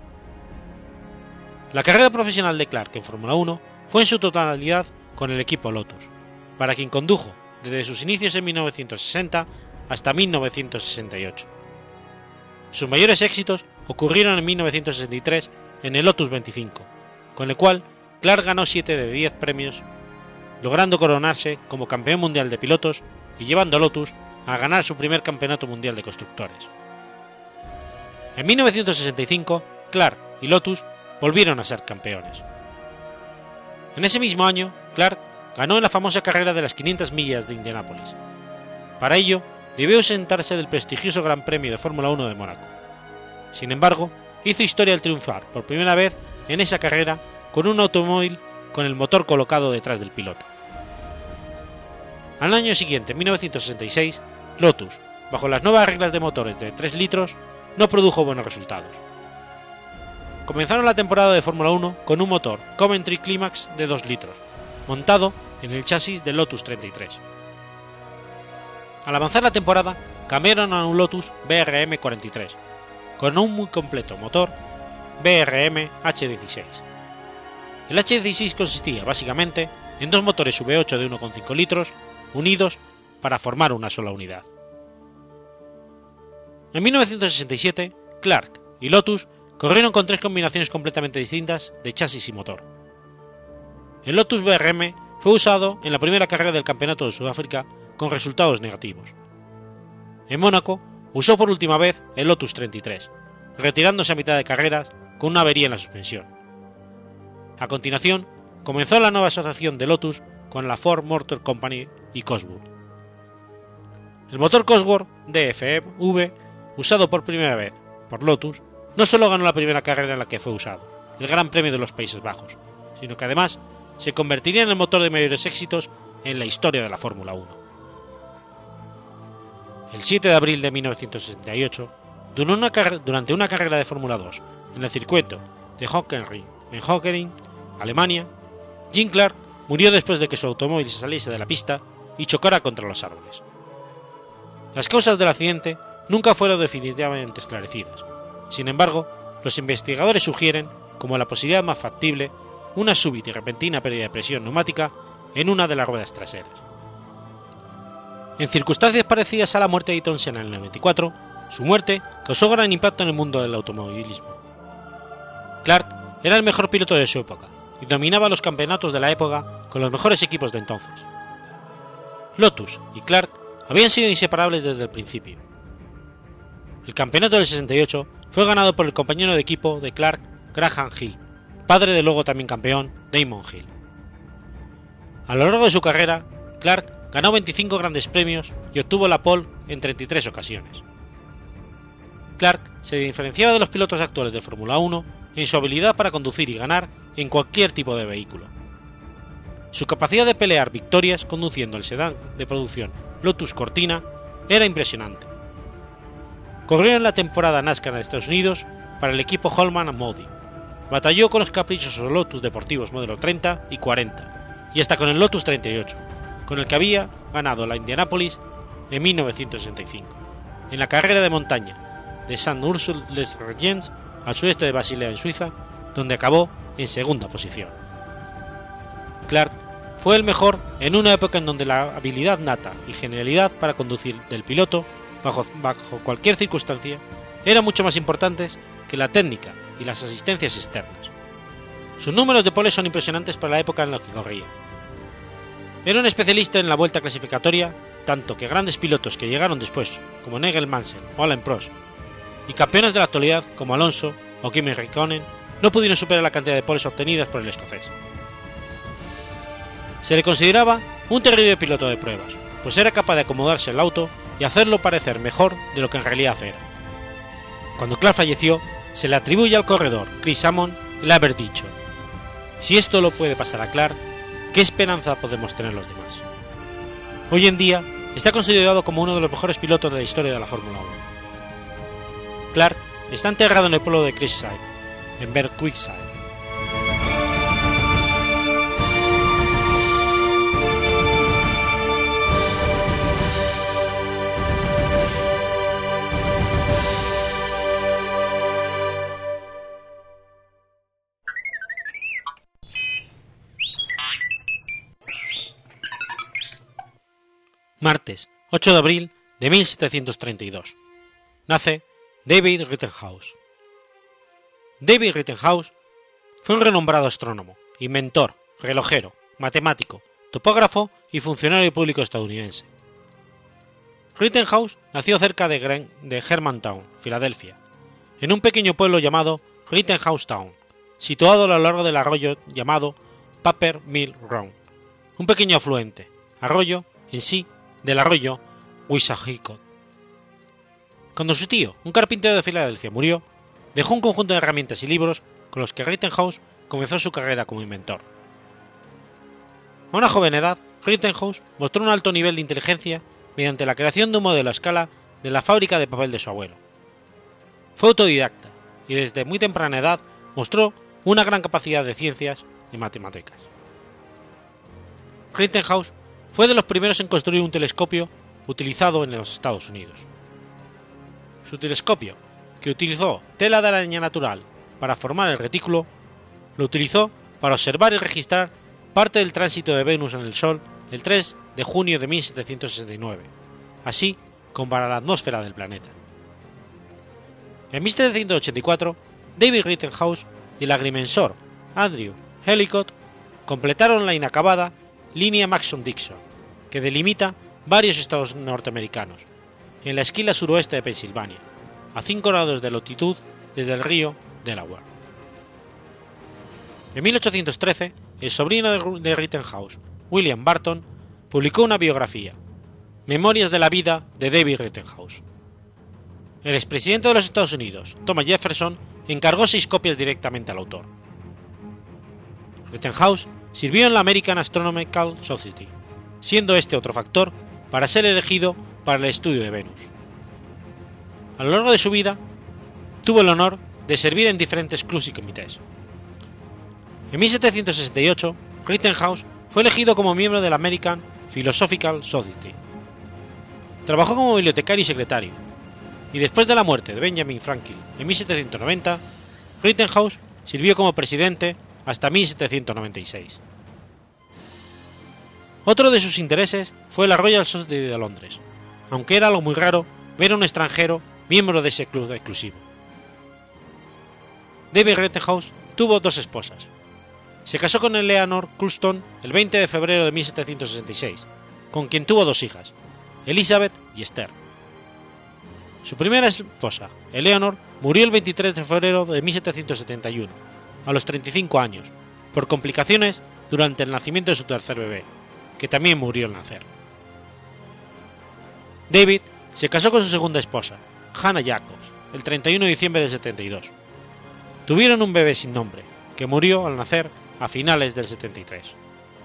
La carrera profesional de Clark en Fórmula uno fue en su totalidad con el equipo Lotus, para quien condujo desde sus inicios en mil novecientos sesenta hasta mil novecientos sesenta y ocho. Sus mayores éxitos ocurrieron en mil novecientos sesenta y tres en el Lotus veinticinco, con el cual Clark ganó siete de diez premios, logrando coronarse como campeón mundial de pilotos y llevando a Lotus a ganar su primer campeonato mundial de constructores. En mil novecientos sesenta y cinco, Clark y Lotus volvieron a ser campeones. En ese mismo año, Clark ganó en la famosa carrera de las quinientas millas de Indianápolis. Para ello, debió ausentarse del prestigioso Gran Premio de Fórmula uno de Mónaco. Sin embargo, hizo historia al triunfar por primera vez en esa carrera con un automóvil con el motor colocado detrás del piloto. Al año siguiente, en mil novecientos sesenta y seis, Lotus, bajo las nuevas reglas de motores de tres litros, no produjo buenos resultados. Comenzaron la temporada de Fórmula uno con un motor Coventry Climax de dos litros, montado en el chasis del Lotus treinta y tres. Al avanzar la temporada, cambiaron a un Lotus B R M cuarenta y tres, con un muy completo motor B R M H dieciséis. El H dieciséis consistía básicamente en dos motores V ocho de uno coma cinco litros unidos para formar una sola unidad. En mil novecientos sesenta y siete, Clark y Lotus corrieron con tres combinaciones completamente distintas de chasis y motor. El Lotus B R M fue usado en la primera carrera del Campeonato de Sudáfrica con resultados negativos. En Mónaco usó por última vez el Lotus treinta y tres, retirándose a mitad de carreras con una avería en la suspensión. A continuación, comenzó la nueva asociación de Lotus con la Ford Motor Company y Cosworth. El motor Cosworth D F V, usado por primera vez por Lotus, no solo ganó la primera carrera en la que fue usado, el Gran Premio de los Países Bajos, sino que además se convertiría en el motor de mayores éxitos en la historia de la Fórmula uno. El siete de abril de mil novecientos sesenta y ocho, durante una carrera de Fórmula dos en el circuito de Hockenheim, en Hockenheim, Alemania, Jim Clark murió después de que su automóvil se saliese de la pista y chocara contra los árboles. Las causas del accidente nunca fueron definitivamente esclarecidas. Sin embargo, los investigadores sugieren, como la posibilidad más factible, una súbita y repentina pérdida de presión neumática en una de las ruedas traseras. En circunstancias parecidas a la muerte de Ayrton Senna en el noventa y cuatro, su muerte causó gran impacto en el mundo del automovilismo. Clark era el mejor piloto de su época y dominaba los campeonatos de la época con los mejores equipos de entonces. Lotus y Clark habían sido inseparables desde el principio. El campeonato del sesenta y ocho fue ganado por el compañero de equipo de Clark, Graham Hill, padre del luego también campeón Damon Hill. A lo largo de su carrera, Clark ganó veinticinco grandes premios y obtuvo la pole en treinta y tres ocasiones. Clark se diferenciaba de los pilotos actuales de Fórmula uno en su habilidad para conducir y ganar en cualquier tipo de vehículo. Su capacidad de pelear victorias conduciendo el sedán de producción Lotus Cortina era impresionante. Corrió en la temporada NASCAR de Estados Unidos para el equipo Holman and Modi, batalló con los caprichosos Lotus deportivos modelo treinta y cuarenta y hasta con el Lotus treinta y ocho, con el que había ganado la Indianápolis en mil novecientos sesenta y cinco, en la carrera de montaña de Saint-Ursule-les-Regens al sureste de Basilea en Suiza, donde acabó en segunda posición. Clark fue el mejor en una época en donde la habilidad nata y genialidad para conducir del piloto, bajo, bajo cualquier circunstancia, eran mucho más importantes que la técnica y las asistencias externas. Sus números de pole son impresionantes para la época en la que corría. Era un especialista en la vuelta clasificatoria, tanto que grandes pilotos que llegaron después, como Nigel Mansell o Alain Prost, y campeones de la actualidad como Alonso o Kimi Räikkönen, no pudieron superar la cantidad de poles obtenidas por el escocés. Se le consideraba un terrible piloto de pruebas, pues era capaz de acomodarse el auto y hacerlo parecer mejor de lo que en realidad era. Cuando Clark falleció, se le atribuye al corredor Chris Amon el haber dicho: si esto lo puede pasar a Clark, ¿qué esperanza podemos tener los demás? Hoy en día está considerado como uno de los mejores pilotos de la historia de la Fórmula uno. Clark está enterrado en el pueblo de Creekside, en Berwickshire. Martes, ocho de abril de mil setecientos treinta y dos. Nace David Rittenhouse. David Rittenhouse fue un renombrado astrónomo, inventor, relojero, matemático, topógrafo y funcionario público estadounidense. Rittenhouse nació cerca de, Gren- de Germantown, Filadelfia, en un pequeño pueblo llamado Rittenhouse Town, situado a lo largo del arroyo llamado Paper Mill Run, un pequeño afluente, arroyo en sí, del arroyo Wissahickon. Cuando su tío, un carpintero de Filadelfia, murió, dejó un conjunto de herramientas y libros con los que Rittenhouse comenzó su carrera como inventor. A una joven edad, Rittenhouse mostró un alto nivel de inteligencia mediante la creación de un modelo a escala de la fábrica de papel de su abuelo. Fue autodidacta y desde muy temprana edad mostró una gran capacidad de ciencias y matemáticas. Rittenhouse fue de los primeros en construir un telescopio utilizado en los Estados Unidos. Su telescopio, que utilizó tela de araña natural para formar el retículo, lo utilizó para observar y registrar parte del tránsito de Venus en el Sol el tres de junio de mil setecientos sesenta y nueve, así como para la atmósfera del planeta. En mil setecientos ochenta y cuatro, David Rittenhouse y el agrimensor Andrew Ellicott completaron la inacabada línea Mason-Dixon, que delimita varios estados norteamericanos, en la esquina suroeste de Pensilvania, a cinco grados de longitud desde el río Delaware. En mil ochocientos trece, el sobrino de Rittenhouse, William Barton, publicó una biografía, Memorias de la vida de David Rittenhouse. El expresidente de los Estados Unidos, Thomas Jefferson, encargó seis copias directamente al autor. Rittenhouse sirvió en la American Astronomical Society, siendo este otro factor para ser elegido para el estudio de Venus. A lo largo de su vida, tuvo el honor de servir en diferentes clubs y comités. En mil setecientos sesenta y ocho, Rittenhouse fue elegido como miembro de la American Philosophical Society. Trabajó como bibliotecario y secretario, y después de la muerte de Benjamin Franklin en mil setecientos noventa, Rittenhouse sirvió como presidente hasta mil setecientos noventa y seis. Otro de sus intereses fue la Royal Society de Londres, aunque era algo muy raro ver a un extranjero miembro de ese club exclusivo. David Rittenhouse tuvo dos esposas. Se casó con Eleanor Colston el veinte de febrero de mil setecientos sesenta y seis, con quien tuvo dos hijas, Elizabeth y Esther. Su primera esposa, Eleanor, murió el veintitrés de febrero de mil setecientos setenta y uno, a los treinta y cinco años, por complicaciones durante el nacimiento de su tercer bebé, que también murió al nacer. David se casó con su segunda esposa, Hannah Jacobs, el treinta y uno de diciembre del setenta y dos. Tuvieron un bebé sin nombre, que murió al nacer a finales del setenta y tres.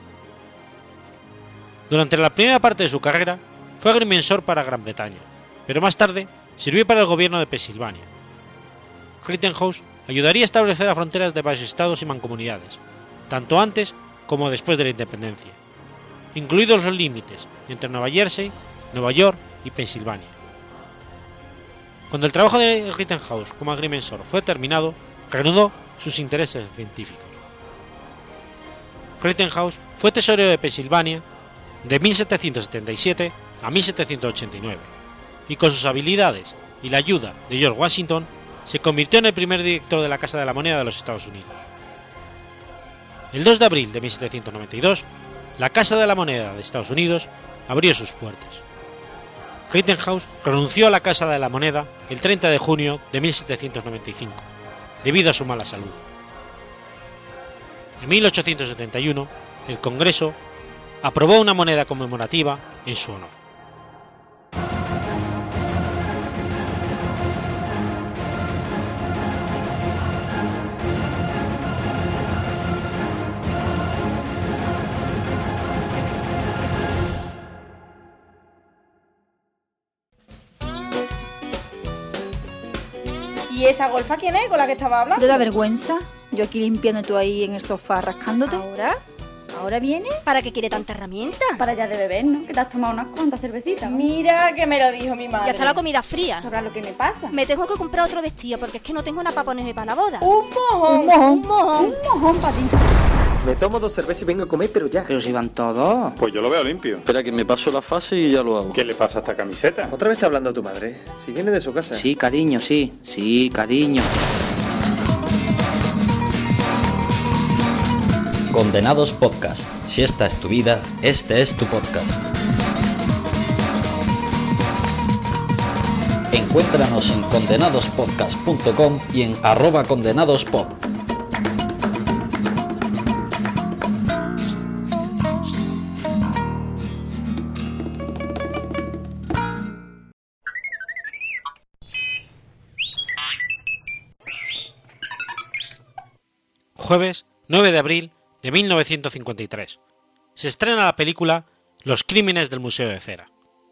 Durante la primera parte de su carrera, fue agrimensor para Gran Bretaña, pero más tarde sirvió para el gobierno de Pensilvania. Rittenhouse ayudaría a establecer las fronteras de varios estados y mancomunidades, tanto antes como después de la independencia, incluidos los límites entre Nueva Jersey, Nueva York y Pensilvania. Cuando el trabajo de Rittenhouse como agrimensor fue terminado, reanudó sus intereses científicos. Rittenhouse fue tesorero de Pensilvania de mil setecientos setenta y siete a mil setecientos ochenta y nueve, y con sus habilidades y la ayuda de George Washington se convirtió en el primer director de la Casa de la Moneda de los Estados Unidos. El dos de abril de mil setecientos noventa y dos, la Casa de la Moneda de Estados Unidos abrió sus puertas. Rittenhouse renunció a la Casa de la Moneda el treinta de junio de mil setecientos noventa y cinco, debido a su mala salud. En mil ochocientos setenta y uno, el Congreso aprobó una moneda conmemorativa en su honor. ¿Y esa golfa quién es con la que estaba hablando? ¿Te da vergüenza? Yo aquí limpiando, tú ahí en el sofá rascándote. ¿Ahora? ¿Ahora viene? ¿Para qué quiere tanta herramienta? Para ya de beber, ¿no? Que te has tomado unas cuantas cervecitas, ¿no? Mira que me lo dijo mi madre. Ya está la comida fría. Sabrás lo que me pasa. Me tengo que comprar otro vestido porque es que no tengo nada para ponerme para la boda. Un mojón. Un mojón. Un mojón. Un mojón para ti. Me tomo dos cervezas y vengo a comer, pero ya. Pero si van todos. Pues yo lo veo limpio. Espera que me paso la fase y ya lo hago. ¿Qué le pasa a esta camiseta? ¿Otra vez está hablando tu madre? Si viene de su casa. Sí, cariño, sí. Sí, cariño. Condenados Podcast. Si esta es tu vida, este es tu podcast. Encuéntranos en condenadospodcast punto com y en arroba condenadospod. Jueves nueve de abril de mil novecientos cincuenta y tres. Se estrena la película Los crímenes del Museo de Cera.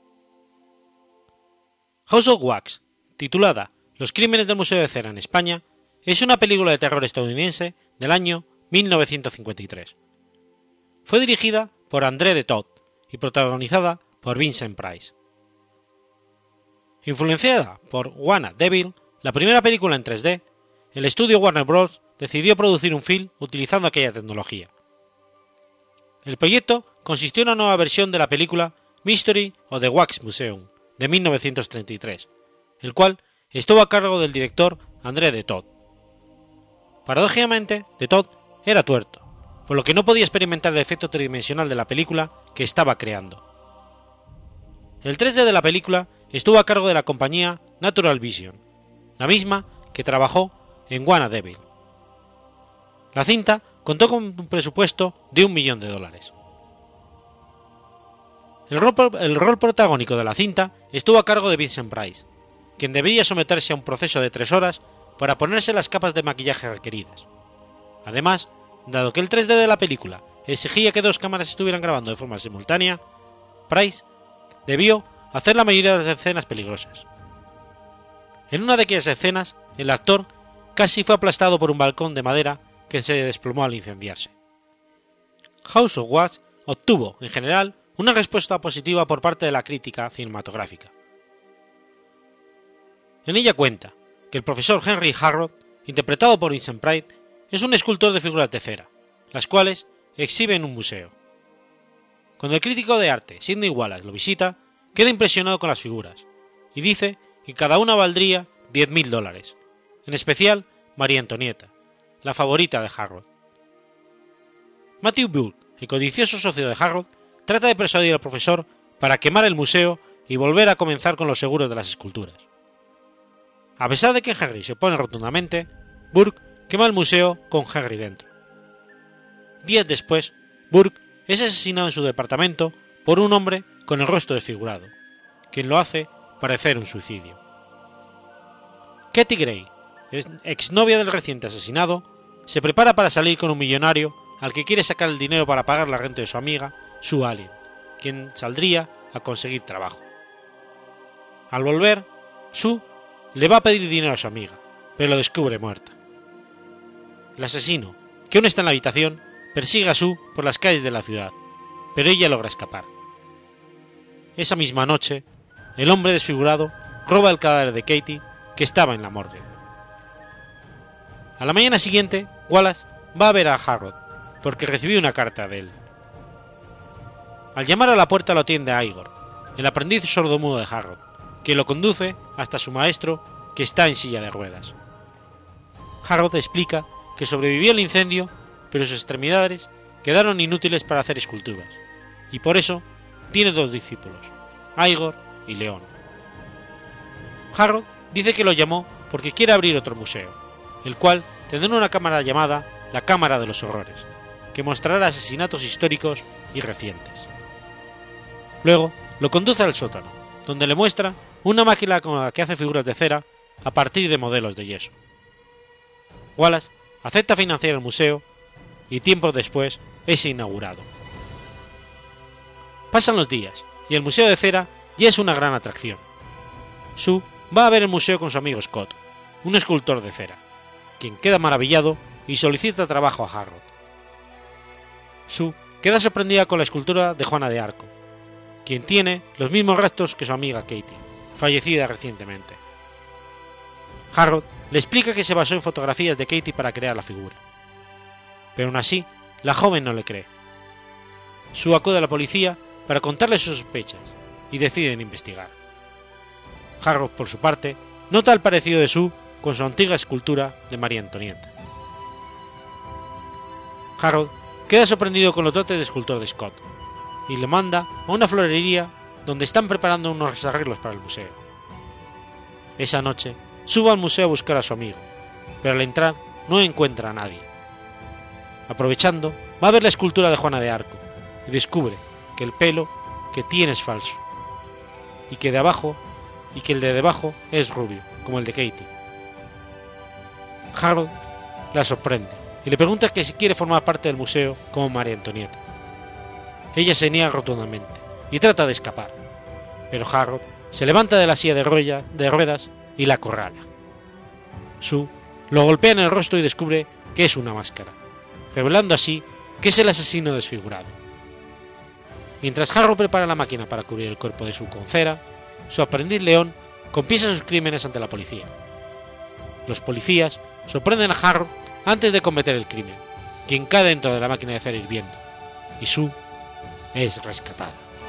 House of Wax, titulada Los crímenes del Museo de Cera en España, es una película de terror estadounidense del año mil novecientos cincuenta y tres. Fue dirigida por André de Toth y protagonizada por Vincent Price. Influenciada por Wanna Devil, la primera película en tres D, el estudio Warner Bros. Decidió producir un film utilizando aquella tecnología. El proyecto consistió en una nueva versión de la película Mystery of the Wax Museum de mil novecientos treinta y tres, el cual estuvo a cargo del director André de Toth. Paradójicamente, de Toth era tuerto, por lo que no podía experimentar el efecto tridimensional de la película que estaba creando. El tres D de la película estuvo a cargo de la compañía Natural Vision, la misma que trabajó en Wanna Devil. La cinta contó con un presupuesto de un millón de dólares. El rol, el rol protagónico de la cinta estuvo a cargo de Vincent Price, quien debía someterse a un proceso de tres horas para ponerse las capas de maquillaje requeridas. Además, dado que el tres D de la película exigía que dos cámaras estuvieran grabando de forma simultánea, Price debió hacer la mayoría de las escenas peligrosas. En una de aquellas escenas, el actor casi fue aplastado por un balcón de madera que se desplomó al incendiarse. House of Wax obtuvo, en general, una respuesta positiva por parte de la crítica cinematográfica. En ella cuenta que el profesor Henry Harrod, interpretado por Vincent Price, es un escultor de figuras de cera, las cuales exhibe en un museo. Cuando el crítico de arte Sidney Wallace lo visita, queda impresionado con las figuras y dice que cada una valdría diez mil dólares, en especial María Antonieta, la favorita de Harrod. Matthew Burke, el codicioso socio de Harrod, trata de persuadir al profesor para quemar el museo y volver a comenzar con los seguros de las esculturas. A pesar de que Henry se opone rotundamente, Burke quema el museo con Henry dentro. Días después, Burke es asesinado en su departamento por un hombre con el rostro desfigurado, quien lo hace parecer un suicidio. Katie Gray, exnovia del reciente asesinado, se prepara para salir con un millonario al que quiere sacar el dinero para pagar la renta de su amiga, Sue Allen, quien saldría a conseguir trabajo. Al volver, Sue le va a pedir dinero a su amiga, pero lo descubre muerta. El asesino, que aún está en la habitación, persigue a Sue por las calles de la ciudad, pero ella logra escapar. Esa misma noche, el hombre desfigurado roba el cadáver de Katie, que estaba en la morgue. A la mañana siguiente, Wallace va a ver a Harrod, porque recibió una carta de él. Al llamar a la puerta lo atiende a Igor, el aprendiz sordomudo de Harrod, que lo conduce hasta su maestro, que está en silla de ruedas. Harrod explica que sobrevivió al incendio, pero sus extremidades quedaron inútiles para hacer esculturas, y por eso tiene dos discípulos, Igor y León. Harrod dice que lo llamó porque quiere abrir otro museo, el cual tendrá una cámara llamada la Cámara de los Horrores, que mostrará asesinatos históricos y recientes. Luego lo conduce al sótano, donde le muestra una máquina con la que hace figuras de cera a partir de modelos de yeso. Wallace acepta financiar el museo y tiempo después es inaugurado. Pasan los días y el museo de cera ya es una gran atracción. Sue va a ver el museo con su amigo Scott, un escultor de cera, quien queda maravillado y solicita trabajo a Harrod. Sue queda sorprendida con la escultura de Juana de Arco, quien tiene los mismos restos que su amiga Katie, fallecida recientemente. Harrod le explica que se basó en fotografías de Katie para crear la figura, pero aún así la joven no le cree. Sue acude a la policía para contarle sus sospechas y deciden investigar. Harrod, por su parte, nota el parecido de Sue con su antigua escultura de María Antonieta. Harrod queda sorprendido con los dotes de escultor de Scott y le manda a una florería donde están preparando unos arreglos para el museo. Esa noche, sube al museo a buscar a su amigo, pero al entrar no encuentra a nadie. Aprovechando, va a ver la escultura de Juana de Arco y descubre que el pelo que tiene es falso y que de abajo y que el de debajo es rubio, como el de Katie. Harrod la sorprende y le pregunta que si quiere formar parte del museo como María Antonieta. Ella se niega rotundamente y trata de escapar, pero Harrod se levanta de la silla de, roya, de ruedas y la acorrala. Sue lo golpea en el rostro y descubre que es una máscara, revelando así que es el asesino desfigurado. Mientras Harrod prepara la máquina para cubrir el cuerpo de Sue con cera, su aprendiz León confiesa sus crímenes ante la policía. Los policías sorprenden a Harrod antes de cometer el crimen, quien cae dentro de la máquina de cera hirviendo, y Sue es rescatada.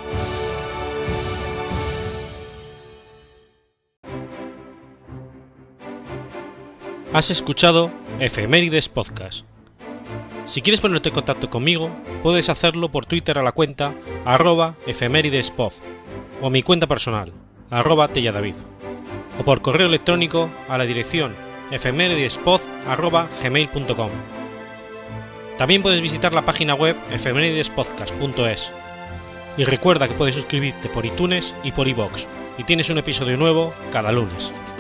Has escuchado Efemérides Podcast. Si quieres ponerte en contacto conmigo, puedes hacerlo por Twitter a la cuenta arroba efemeridespod o a mi cuenta personal, arroba telladavid, o por correo electrónico a la dirección efemeridespod arroba gmail punto com. También puedes visitar la página web efemeridespodcast punto es. Y recuerda que puedes suscribirte por iTunes y por iVoox, y tienes un episodio nuevo cada lunes.